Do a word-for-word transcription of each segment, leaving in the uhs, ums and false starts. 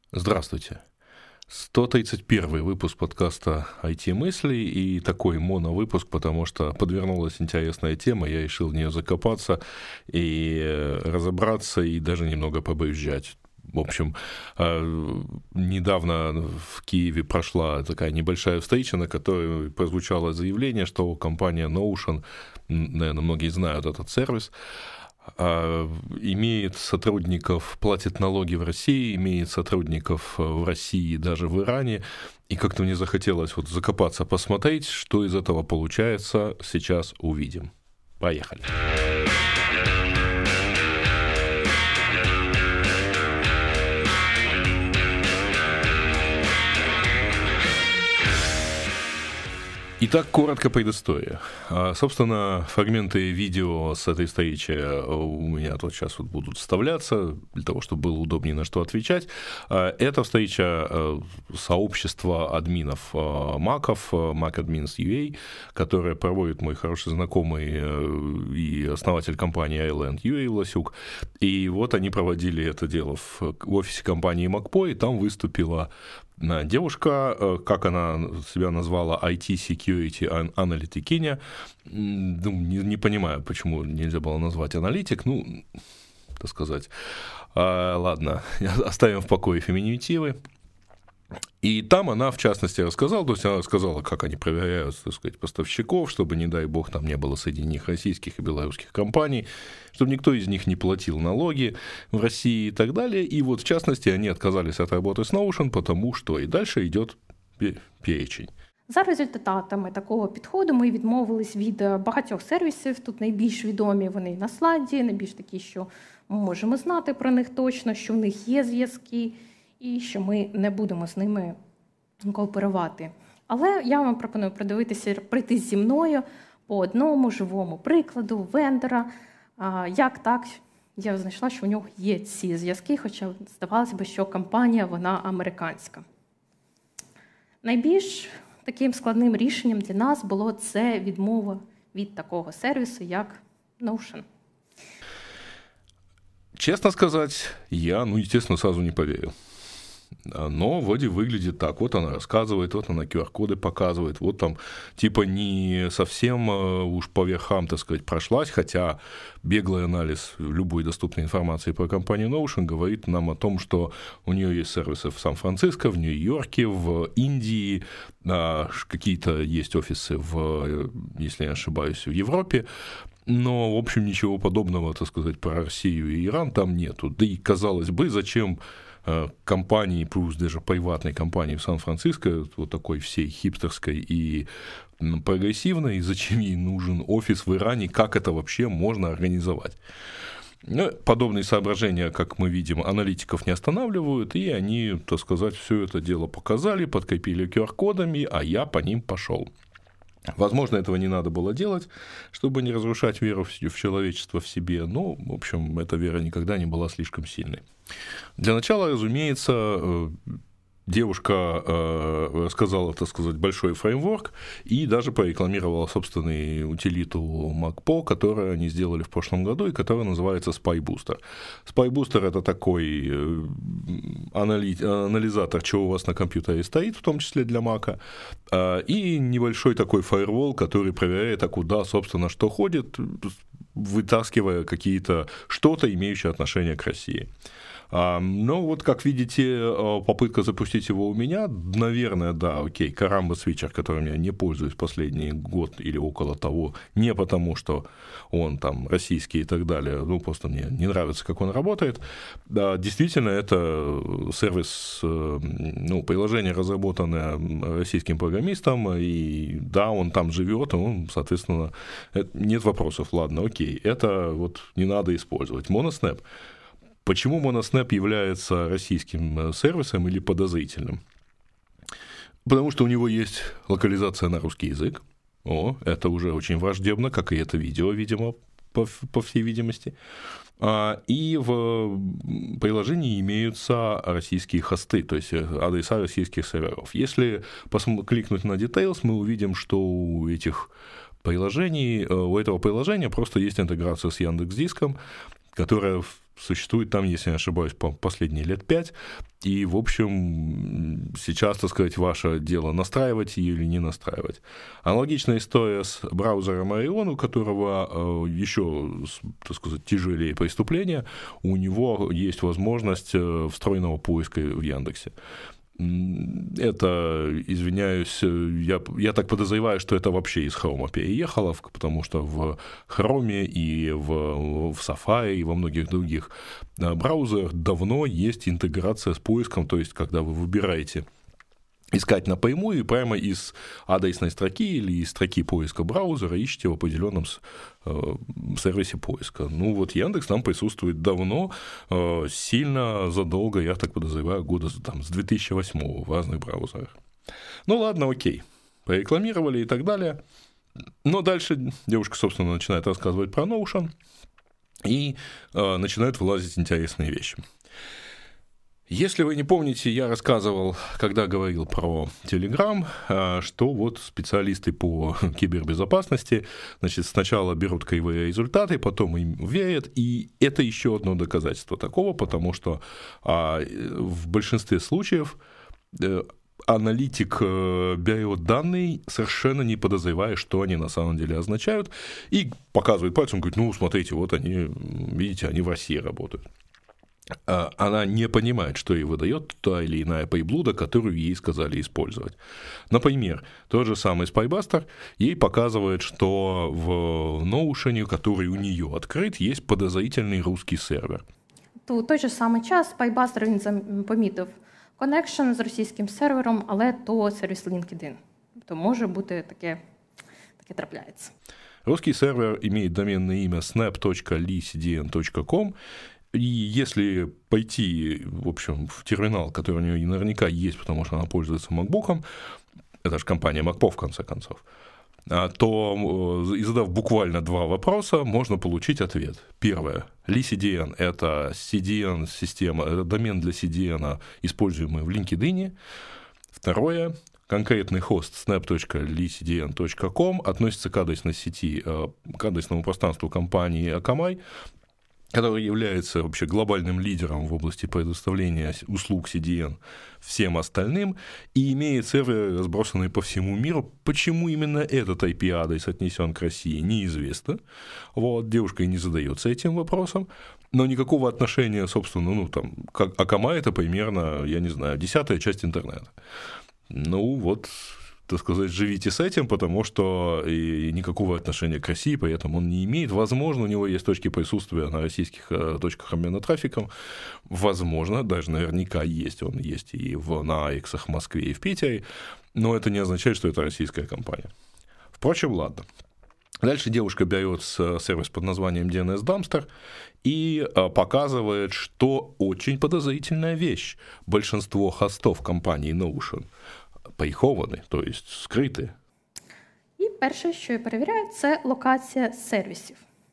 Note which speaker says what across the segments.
Speaker 1: Здравствуйте. сто тридцать первый выпуск подкаста ай ти-мысли и такой моновыпуск, потому что подвернулась интересная тема, я решил в нее закопаться и разобраться, и даже немного побрюзжать. В общем, недавно в Киеве прошла такая небольшая встреча, на которой прозвучало заявление, что компания Notion, наверное, многие знают этот сервис, имеет сотрудников, платит налоги в России, имеет сотрудников в России, даже в Иране. И как-то мне захотелось вот закопаться, посмотреть, что из этого получается. Сейчас увидим. Поехали. Итак, коротко предыстория. Собственно, фрагменты видео с этой встречи у меня тут сейчас вот будут вставляться, для того, чтобы было удобнее на что отвечать. Это встреча сообщества админов маков, MacAdmins.ua, которое проводит мой хороший знакомый и основатель компании Island Юрий Власюк. И вот они проводили это дело в офисе компании MacPo, и там выступила девушка, как она себя назвала, ай ти-security аналитикиня. Ну, не, не понимаю, почему нельзя было назвать аналитик. Ну, так сказать. А, ладно, оставим в покое феминитивы. И там она, в частности, рассказала, то есть она рассказала, как они проверяют, так сказать, поставщиков, чтобы, не дай бог, там не было среди них российских и белорусских компаний, чтобы никто из них не платил налоги в России и так далее. І вот, в частности, они отказались от работы с Notion, потому что и дальше идет перечень.
Speaker 2: За результатами такого підходу ми відмовились від багатьох сервісів. Тут найбільш відомі вони на слайді, найбільш такі, що ми можемо знати про них точно, що в них є зв'язки, і що ми не будемо з ними кооперувати. Але я вам пропоную придивитися, прийти зі мною по одному живому прикладу вендора. Як так, я знайшла, що у нього є ці зв'язки, хоча здавалося б, що компанія, вона американська. Найбільш таким складним рішенням для нас було це відмова від такого сервісу, як Notion.
Speaker 1: Честно сказать, я, ну, естественно, сразу не поверил. Но вроде выглядит так. Вот она рассказывает, вот она ку ар-коды показывает, вот там типа не совсем уж по верхам, так сказать, прошлась, хотя беглый анализ любой доступной информации про компанию Notion говорит нам о том, что у нее есть сервисы в Сан-Франциско, в Нью-Йорке, в Индии, какие-то есть офисы, в, если я не ошибаюсь, в Европе. Но, в общем, ничего подобного, так сказать, про Россию и Иран там нету. Да и, казалось бы, зачем компании, плюс даже приватной компании в Сан-Франциско, вот такой всей хипстерской и прогрессивной, зачем ей нужен офис в Иране, как это вообще можно организовать? Ну, подобные соображения, как мы видим, аналитиков не останавливают, и они, так сказать, все это дело показали, подкрепили ку ар-кодами, а я по ним пошел. Возможно, этого не надо было делать, чтобы не разрушать веру в человечество в себе, но, в общем, эта вера никогда не была слишком сильной. Для начала, разумеется, девушка рассказала, так сказать, большой фреймворк и даже порекламировала собственную утилиту MacPo, которую они сделали в прошлом году и которая называется SpyBooster. SpyBooster — это такой анализатор, чего у вас на компьютере стоит, в том числе для Mac, и небольшой такой фаервол, который проверяет, а куда, собственно, что ходит, вытаскивая какие-то что-то, имеющее отношение к России. Но вот, как видите, попытка запустить его у меня, наверное, да, окей, Карамба свитчер, которым я не пользуюсь последний год или около того, не потому, что он там российский и так далее, ну, просто мне не нравится, как он работает. Да, действительно, это сервис, ну, приложение, разработанное российским программистом, и да, он там живет, он, соответственно, нет вопросов, ладно, окей, это вот не надо использовать. Monosnap. Почему Monosnap является российским сервисом или подозрительным? Потому что у него есть локализация на русский язык. О, это уже очень враждебно, как и это видео, видимо, по, по всей видимости. И в приложении имеются российские хосты, то есть адреса российских серверов. Если кликнуть на Details, мы увидим, что у этих приложений, у этого приложения просто есть интеграция с Яндекс.Диском, которая существует там, если не ошибаюсь, последние лет пять. И, в общем, сейчас, так сказать, ваше дело настраивать ее или не настраивать. Аналогичная история с браузером Orion, у которого э, еще, так сказать, тяжелее преступления. У него есть возможность э, встроенного поиска в Яндексе. Это, извиняюсь, я, я так подозреваю, что это вообще из Хрома переехало, потому что в Хроме и в, в Safari и во многих других браузерах давно есть интеграция с поиском, то есть когда вы выбираете искать напрямую и прямо из адресной строки или из строки поиска браузера ищете в определенном э, сервисе поиска. Ну вот Яндекс там присутствует давно, э, сильно задолго, я так подозреваю, года там, с две тысячи восьмого в разных браузерах. Ну ладно, окей, порекламировали и так далее. Но дальше девушка, собственно, начинает рассказывать про Notion и э, начинают вылазить интересные вещи. Если вы не помните, я рассказывал, когда говорил про Telegram, что вот специалисты по кибербезопасности, значит, сначала берут кривые результаты, потом им верят, и это еще одно доказательство такого, потому что в большинстве случаев аналитик берет данные, совершенно не подозревая, что они на самом деле означают, и показывает пальцем, говорит, ну, смотрите, вот они, видите, они в России работают. Она не понимает, что ей выдает та или иная приблуда, которую ей сказали использовать. Например, тот же самый Spybuster ей показывает, что в Notion, который у нее открыт, есть подозрительный русский сервер.
Speaker 2: У той же самий час Spybuster він помітив connection з російським сервером, але то сервіс LinkedIn. То може бути таке, таке трапляється.
Speaker 1: Русский сервер имеет доменное имя snap точка ли си ди эн точка ком. И если пойти, в общем, в терминал, который у нее наверняка есть, потому что она пользуется MacBook'ом, это же компания MacPo, в конце концов, то, и задав буквально два вопроса, можно получить ответ. Первое. ли си ди эн – это си ди эн-система, это домен для си ди эн, используемый в LinkedIn. Второе. Конкретный хост snap точка ли си ди эн точка ком относится к адресной сети, к адресному пространству компании Akamai, который является вообще глобальным лидером в области предоставления услуг си ди эн всем остальным и имеет серверы, разбросанные по всему миру. Почему именно этот ай пи-адрес отнесен к России, неизвестно. Вот, девушка и не задается этим вопросом. Но никакого отношения, собственно, ну, там, как Akamai — это примерно, я не знаю, десятая часть интернета. Ну, вот, так сказать, живите с этим, потому что и никакого отношения к России при этом он не имеет. Возможно, у него есть точки присутствия на российских точках обмена трафиком. Возможно, даже наверняка есть. Он есть и в, на АЭКсах в Москве, и в Питере. Но это не означает, что это российская компания. Впрочем, ладно. Дальше девушка берет сервис под названием ди эн эс Dumpster и показывает, что очень подозрительная вещь. Большинство хостов компании Notion приховані, тобто скриті.
Speaker 2: І перше, що я перевіряю, це локація сервісів.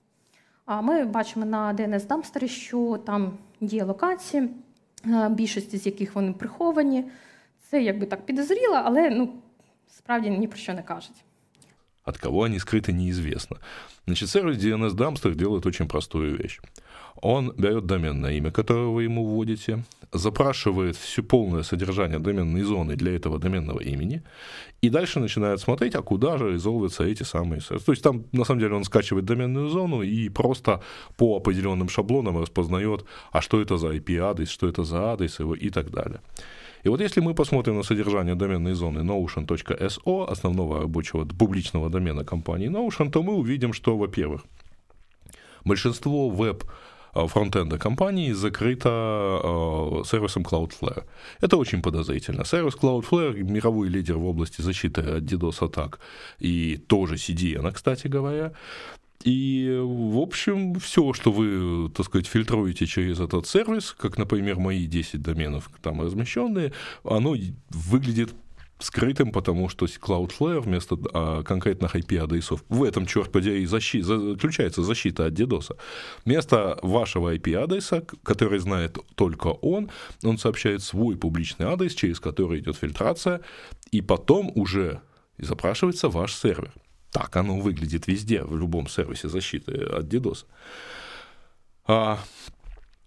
Speaker 2: Ми бачимо на ді ен ес Dumpster, що там є локації, більшість з яких вони приховані. Це якби так підозріло, але ну, справді ні про що не кажуть.
Speaker 1: От кого они скрыты, неизвестно. Значит, сервис ди эн эс Dumpster делает очень простую вещь. Он берет доменное имя, которое вы ему вводите, запрашивает все полное содержание доменной зоны для этого доменного имени, и дальше начинает смотреть, а куда же резолвятся эти самые сервисы. То есть там, на самом деле, он скачивает доменную зону и просто по определенным шаблонам распознает, а что это за ай пи-адрес, что это за адрес его и так далее. И вот если мы посмотрим на содержание доменной зоны notion точка эс о, основного рабочего публичного домена компании Notion, то мы увидим, что, во-первых, большинство веб-фронтенда компании закрыто э, сервисом Cloudflare. Это очень подозрительно. Сервис Cloudflare – мировой лидер в области защиты от DDoS-атак и тоже си ди эн, кстати говоря. И, в общем, все, что вы, так сказать, фильтруете через этот сервис, как, например, мои десять доменов там размещенные, оно выглядит скрытым, потому что Cloudflare вместо а, конкретных ай пи-адресов, в этом, черт подери, защи, заключается защита от DDoS. Вместо вашего ай пи-адреса, который знает только он, он сообщает свой публичный адрес, через который идет фильтрация, и потом уже запрашивается ваш сервер. Так оно выглядит везде, в любом сервисе защиты от DDoS. А,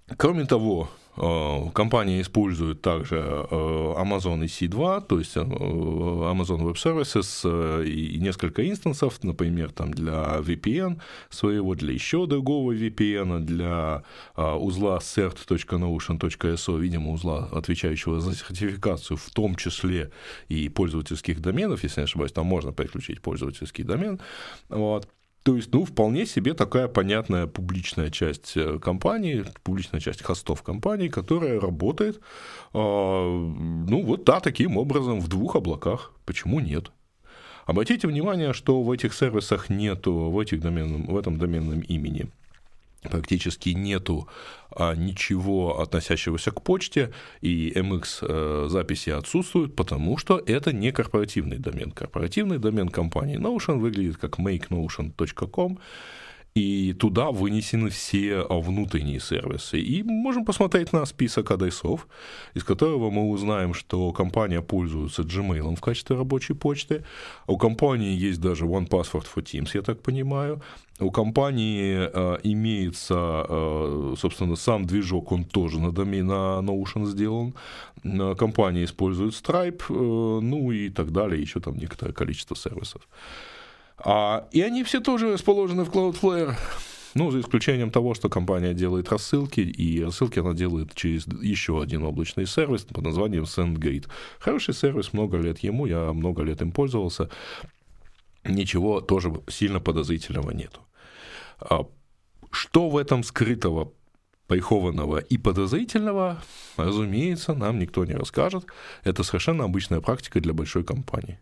Speaker 1: Кроме того, компания использует также Amazon и си два, то есть Amazon Web Services и несколько инстансов, например, там для ви пи эн своего, для еще другого ви пи эн, для узла cert точка notion точка эс о, видимо, узла, отвечающего за сертификацию, в том числе и пользовательских доменов, если не ошибаюсь, там можно подключить пользовательский домен. Вот. То есть, ну, вполне себе такая понятная публичная часть компании, публичная часть хостов компании, которая работает, э, ну, вот да, таким образом в двух облаках. Почему нет? Обратите внимание, что в этих сервисах нету, в, этих доменном, в этом доменном имени практически нету а, ничего, относящегося к почте, и эм икс э, записи отсутствуют, потому что это не корпоративный домен. Корпоративный домен компании Notion выглядит как make notion точка ком, и туда вынесены все внутренние сервисы. И можем посмотреть на список адресов, из которого мы узнаем, что компания пользуется Gmail в качестве рабочей почты. У компании есть даже one password for Teams, я так понимаю. У компании э, имеется, э, собственно, сам движок, он тоже на домене на Notion сделан. Компания использует Stripe, э, ну и так далее, еще там некоторое количество сервисов. А, и они все тоже расположены в Cloudflare, ну, за исключением того, что компания делает рассылки, и рассылки она делает через еще один облачный сервис под названием SendGrid. Хороший сервис, много лет ему, я много лет им пользовался, ничего тоже сильно подозрительного нету. А, что в этом скрытого, прихованного и подозрительного, разумеется, нам никто не расскажет. Это совершенно обычная практика для большой компании.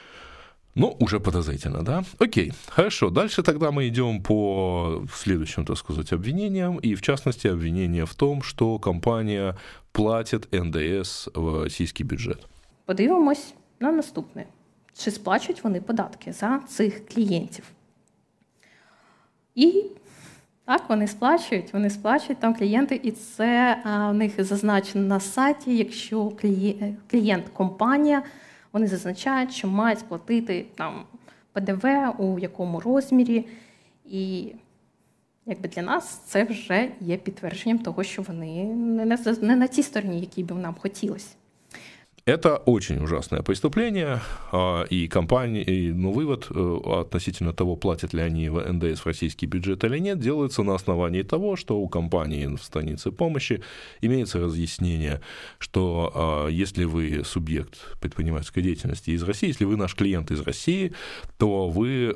Speaker 1: Ну, уже подозрительно, да? Окей, хорошо. Дальше тогда мы идем по следующим, так сказать, обвинениям. И, в частности, обвинение в том, что компания платить ен де ес в російський бюджет.
Speaker 2: Подивимось на наступне. Чи сплачують вони податки за цих клієнтів? І так, вони сплачують. Вони сплачують там клієнти, і це а, в них зазначено на сайті, якщо клієнт, клієнт компанія, вони зазначають, що мають сплатити там пе де ве у якому розмірі. І якби для нас це вже є підтвердженням того, що вони не на, не на тій стороні, якій би нам хотілося.
Speaker 1: Это очень ужасное преступление, и компания, и, ну, вывод относительно того, платят ли они в эн дэ эс в российский бюджет или нет, делается на основании того, что у компании в странице помощи имеется разъяснение, что если вы субъект предпринимательской деятельности из России, если вы наш клиент из России, то вы...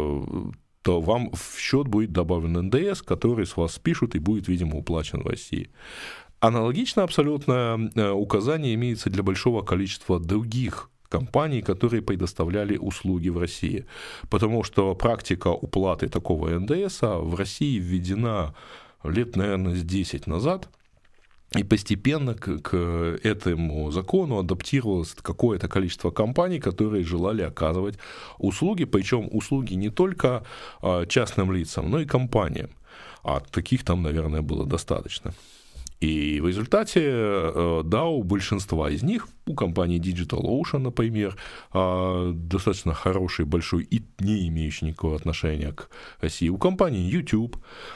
Speaker 1: то вам в счет будет добавлен эн дэ эс, который с вас спишут и будет, видимо, уплачен в России. Аналогично абсолютно указание имеется для большого количества других компаний, которые предоставляли услуги в России. Потому что практика уплаты такого эн дэ эс в России введена лет, наверное, с десять назад. И постепенно к, к этому закону адаптировалось какое-то количество компаний, которые желали оказывать услуги, причем услуги не только частным лицам, но и компаниям. А таких там, наверное, было достаточно. И в результате, да, у большинства из них, у компании DigitalOcean, например, достаточно хороший, большой и не имеющий никакого отношения к России, у компании YouTube,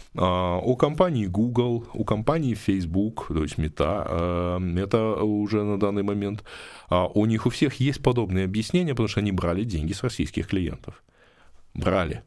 Speaker 1: у компании Google, у компании Facebook, то есть Meta, это уже на данный момент, у них у всех есть подобные объяснения, потому что они брали деньги с российских клиентов. Брали.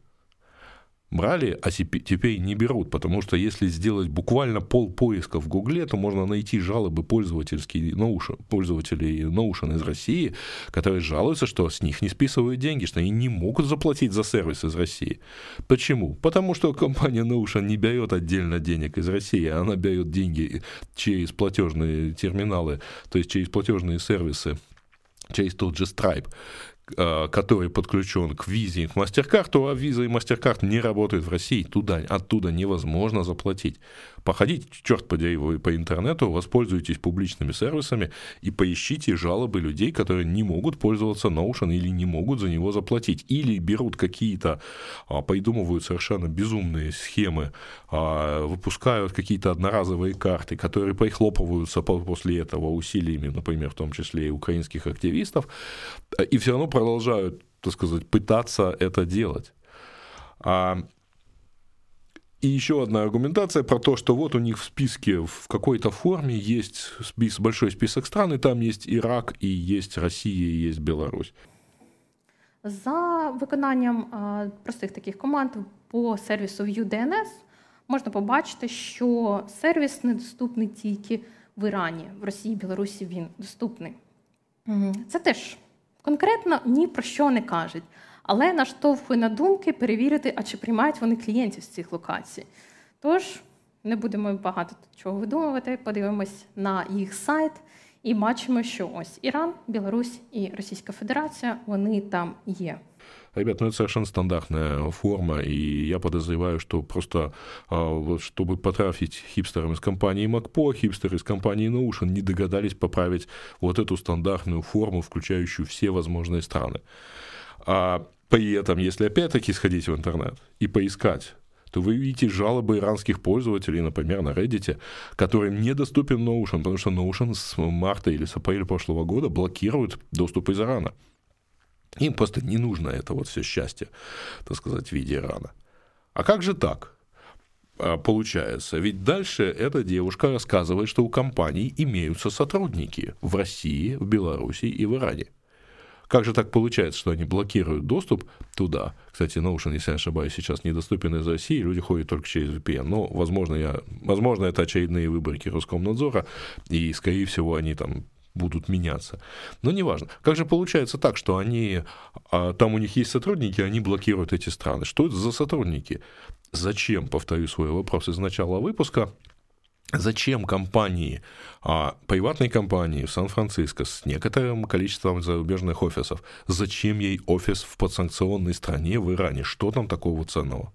Speaker 1: Брали, а теперь не берут, потому что если сделать буквально полпоиска в Гугле, то можно найти жалобы пользователей Notion, пользователей Notion из России, которые жалуются, что с них не списывают деньги, что они не могут заплатить за сервис из России. Почему? Потому что компания Notion не берет отдельно денег из России, она берет деньги через платежные терминалы, то есть через платежные сервисы, через тот же Stripe, который подключен к Visa и к MasterCard, то Visa и MasterCard не работают в России, туда, оттуда невозможно заплатить. Походите, черт подери, вы по интернету, воспользуйтесь публичными сервисами и поищите жалобы людей, которые не могут пользоваться Notion или не могут за него заплатить, или берут какие-то, придумывают совершенно безумные схемы, выпускают какие-то одноразовые карты, которые прихлопываются после этого усилиями, например, в том числе и украинских активистов, и все равно продолжают, так сказать, пытаться это делать. И еще одна аргументация про то, что вот у них в списке в какой-то форме есть спис- большой список стран, и там есть Ирак, и есть Россия, и есть Беларусь.
Speaker 2: За виконанням а, простих таких команд по сервісу View ді ен ес можна побачити, що сервіс недоступний тільки в Ірані, в Росії, Білорусі він доступний. Це теж конкретно ні про що не кажуть, але наштовхує на думки перевірити, а чи приймають вони клієнтів з цих локацій. Тож, не будемо багато чого видумувати, подивимось на їх сайт і бачимо, що ось Іран, Білорусь і Російська Федерація, вони там є.
Speaker 1: Ребят, ну это совершенно стандартная форма, и я подозреваю, что просто, вот, чтобы потрафить хипстерам из компании МакПо, хипстеры из компании Notion не догадались поправить вот эту стандартную форму, включающую все возможные страны. А при этом, если опять-таки сходить в интернет и поискать, то вы увидите жалобы иранских пользователей, например, на Reddit, которым недоступен Notion, потому что Notion с марта или с апреля прошлого года блокирует доступ из Ирана. Им просто не нужно это вот все счастье, так сказать, в виде Ирана. А как же так получается? Ведь дальше эта девушка рассказывает, что у компаний имеются сотрудники в России, в Беларуси и в Иране. Как же так получается, что они блокируют доступ туда? Кстати, Notion, если я не ошибаюсь, сейчас недоступен из России, люди ходят только через ви пи эн. Но, возможно, я, возможно, это очередные выборки Роскомнадзора, и, скорее всего, они там будут меняться. Но неважно. Как же получается так, что они, там у них есть сотрудники, они блокируют эти страны? Что это за сотрудники? Зачем, повторю свой вопрос из начала выпуска, зачем компании, приватной компании в Сан-Франциско с некоторым количеством зарубежных офисов, зачем ей офис в подсанкционной стране в Иране? Что там такого ценного?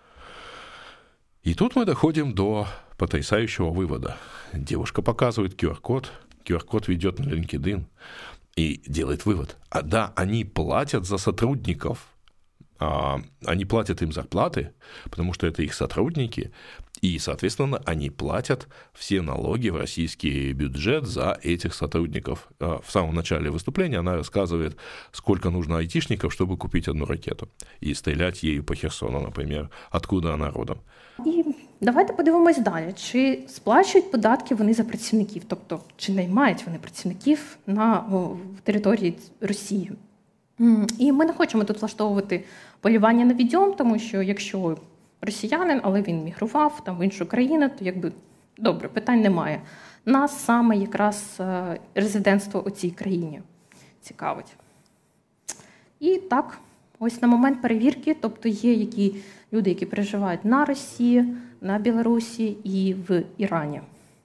Speaker 1: И тут мы доходим до потрясающего вывода. Девушка показывает ку ар-код, ку ар-код ведет на LinkedIn и делает вывод. А да, они платят за сотрудников, а, они платят им зарплаты, потому что это их сотрудники, и, соответственно, они платят все налоги в российский бюджет за этих сотрудников. В самом начале выступления она рассказывает, сколько нужно айтишников, чтобы купить одну ракету і стрілять її по Херсону, наприклад, откуда вона родом.
Speaker 2: І давайте подивимось далі. Чи сплачують податки вони за працівників? Тобто, чи наймають вони працівників на о, території Росії? І ми не хочемо тут влаштовувати полювання на відьом, тому що якщо росіянин, але він мігрував там в іншу країну, то якби добре, питань немає. Нас саме якраз резидентство у цій країні цікавить. І так, ось на момент перевірки, тобто є які люди, які переживають на Росії, на Білорусі і в Ірані.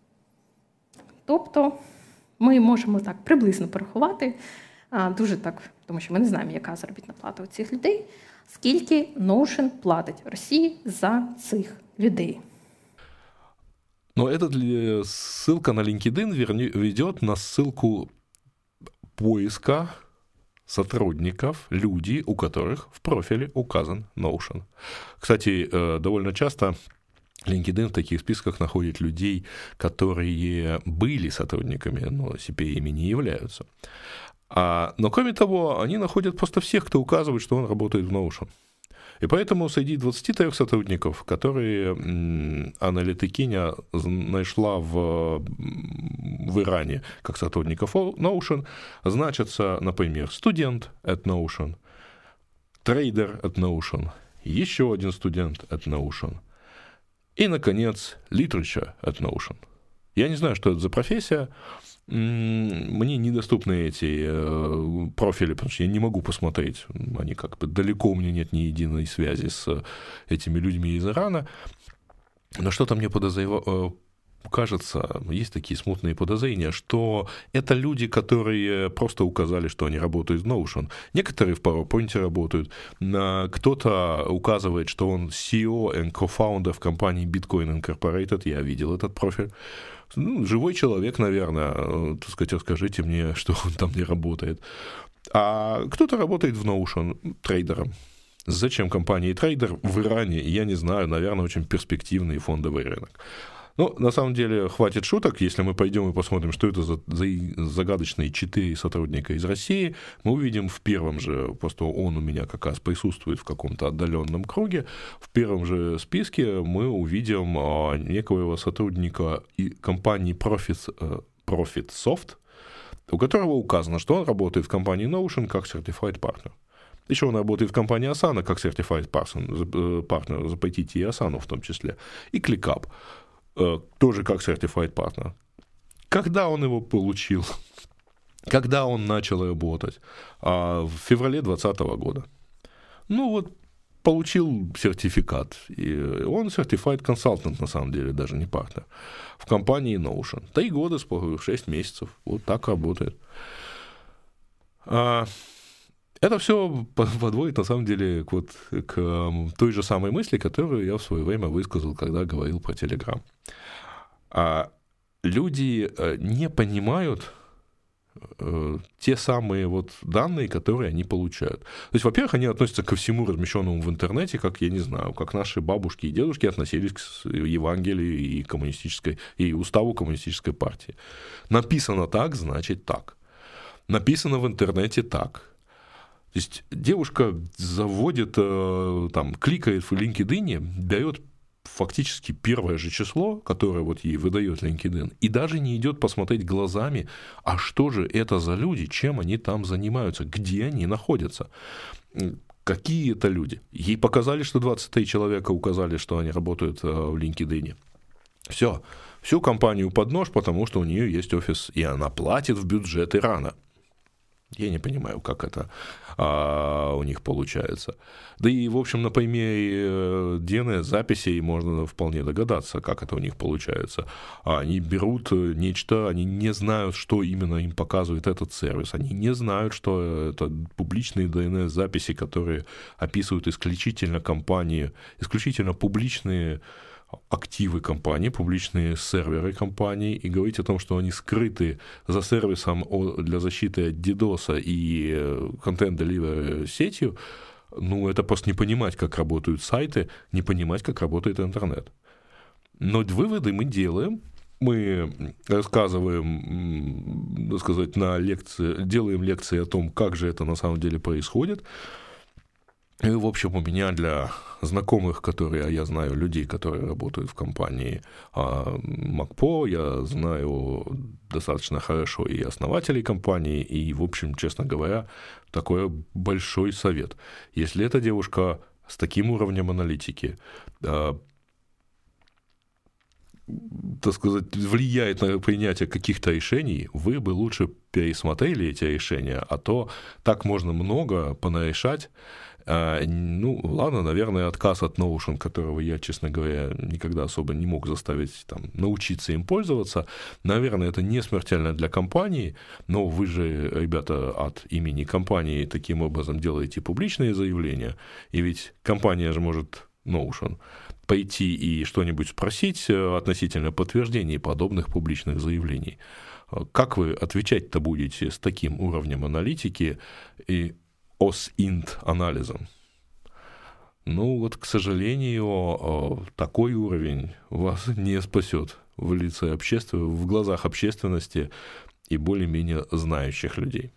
Speaker 2: Тобто ми можемо так приблизно порахувати, дуже так, тому що ми не знаємо, яка заробітна плата у цих людей, скільки Notion платить Росії за цих людей.
Speaker 1: Но эта ссылка на LinkedIn ведет на ссылку поиска сотрудников, люди, у которых в профиле указан Notion. Кстати, довольно часто LinkedIn в таких списках находит людей, которые были сотрудниками, но си пи эй-ими не являются. А, но кроме того, они находят просто всех, кто указывает, что он работает в Notion. И поэтому среди двадцати трёх сотрудников, которые м, аналитикиня нашла в, в Иране как сотрудников Notion, значатся, например, студент at Notion, трейдер at Notion, еще один студент at Notion и, наконец, literature at Notion. Я не знаю, что это за профессия. Мне недоступны эти профили, потому что я не могу посмотреть. Они как бы далеко, у меня нет ни единой связи с этими людьми из Ирана. Но что-то мне подозреваю, кажется, есть такие смутные подозрения, что это люди, которые просто указали, что они работают в Notion. Некоторые в PowerPoint работают. Кто-то указывает, что он си и о и co-founder в компании Bitcoin Incorporated. Я видел этот профиль. Ну, живой человек, наверное, так сказать, расскажите мне, что он там не работает. А кто-то работает в Notion трейдером. Зачем компании трейдер в Иране, я не знаю, наверное, очень перспективный фондовый рынок. Ну, на самом деле, хватит шуток. Если мы пойдем и посмотрим, что это за, за загадочные четыре сотрудника из России, мы увидим в первом же, просто он у меня как раз присутствует в каком-то отдаленном круге, в первом же списке мы увидим а, некоего сотрудника и компании Profit, Profit Soft, у которого указано, что он работает в компании Notion как Certified Partner. Еще он работает в компании Asana как Certified Partner, запретите и Asana в том числе, и ClickUp тоже как Certified Partner. Когда он его получил? Когда он начал работать? А в феврале двадцатого года. Ну вот, получил сертификат. И он Certified Consultant, на самом деле, даже не партнер. В компании Notion. Три года, шесть месяцев. Вот так работает. А это все подводит, на самом деле, к, вот, к той же самой мысли, которую я в свое время высказал, когда говорил про Telegram. А люди не понимают э, те самые вот данные, которые они получают. То есть, во-первых, они относятся ко всему размещенному в интернете, как, я не знаю, как наши бабушки и дедушки относились к Евангелию и коммунистической, и уставу коммунистической партии. Написано так, значит так. Написано в интернете так. То есть девушка заводит, там, кликает в LinkedIn, берет фактически первое же число, которое вот ей выдает LinkedIn, и даже не идет посмотреть глазами, а что же это за люди, чем они там занимаются, где они находятся, какие это люди. Ей показали, что двадцать три человека указали, что они работают в LinkedIn. Все, всю компанию под нож, потому что у нее есть офис, и она платит в бюджет Ирана. Я не понимаю, как это а, у них получается. Да и, в общем, на примере ди эн эс-записей можно вполне догадаться, как это у них получается. Они берут нечто, они не знают, что именно им показывает этот сервис. Они не знают, что это публичные ди эн эс-записи, которые описывают исключительно компании, исключительно публичные активы компании, публичные серверы компании, и говорить о том, что они скрыты за сервисом для защиты от DDoS и Content Delivery сетью, ну, это просто не понимать, как работают сайты, не понимать, как работает интернет. Но выводы мы делаем, мы рассказываем, так сказать, на лекции, делаем лекции о том, как же это на самом деле происходит. И, в общем, у меня для знакомых, которые, я знаю людей, которые работают в компании МакПо, я знаю достаточно хорошо и основателей компании, и, в общем, честно говоря, такой большой совет. Если эта девушка с таким уровнем аналитики, так сказать, влияет на принятие каких-то решений, вы бы лучше пересмотрели эти решения, а то так можно много понарешать. Ну, ладно, наверное, отказ от Notion, которого я, честно говоря, никогда особо не мог заставить там, научиться им пользоваться, наверное, это не смертельно для компании, но вы же, ребята, от имени компании таким образом делаете публичные заявления, и ведь компания же может, Notion, пойти и что-нибудь спросить относительно подтверждения подобных публичных заявлений. Как вы отвечать-то будете с таким уровнем аналитики и ОСИНТ-анализом? Ну, вот, к сожалению, такой уровень вас не спасет в лице общественности, в глазах общественности и более-менее знающих людей.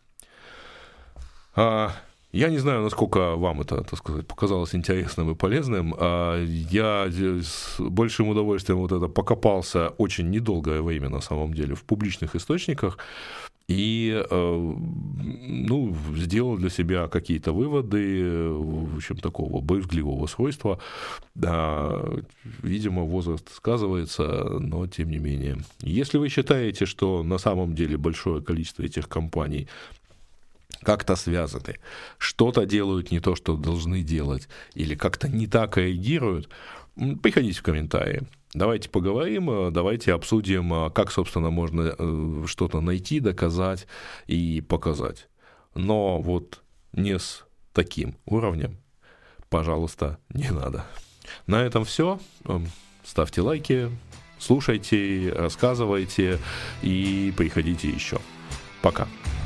Speaker 1: Я не знаю, насколько вам это, так сказать, показалось интересным и полезным. Я с большим удовольствием вот это покопался очень недолгое время, на самом деле, в публичных источниках и, ну, сделал для себя какие-то выводы, в общем, такого брюзгливого свойства. Да, видимо, возраст сказывается, но тем не менее. Если вы считаете, что на самом деле большое количество этих компаний как-то связаны, что-то делают не то, что должны делать, или как-то не так реагируют, приходите в комментарии. Давайте поговорим, давайте обсудим, как, собственно, можно что-то найти, доказать и показать. Но вот не с таким уровнем, пожалуйста, не надо. На этом все. Ставьте лайки, слушайте, рассказывайте и приходите еще. Пока.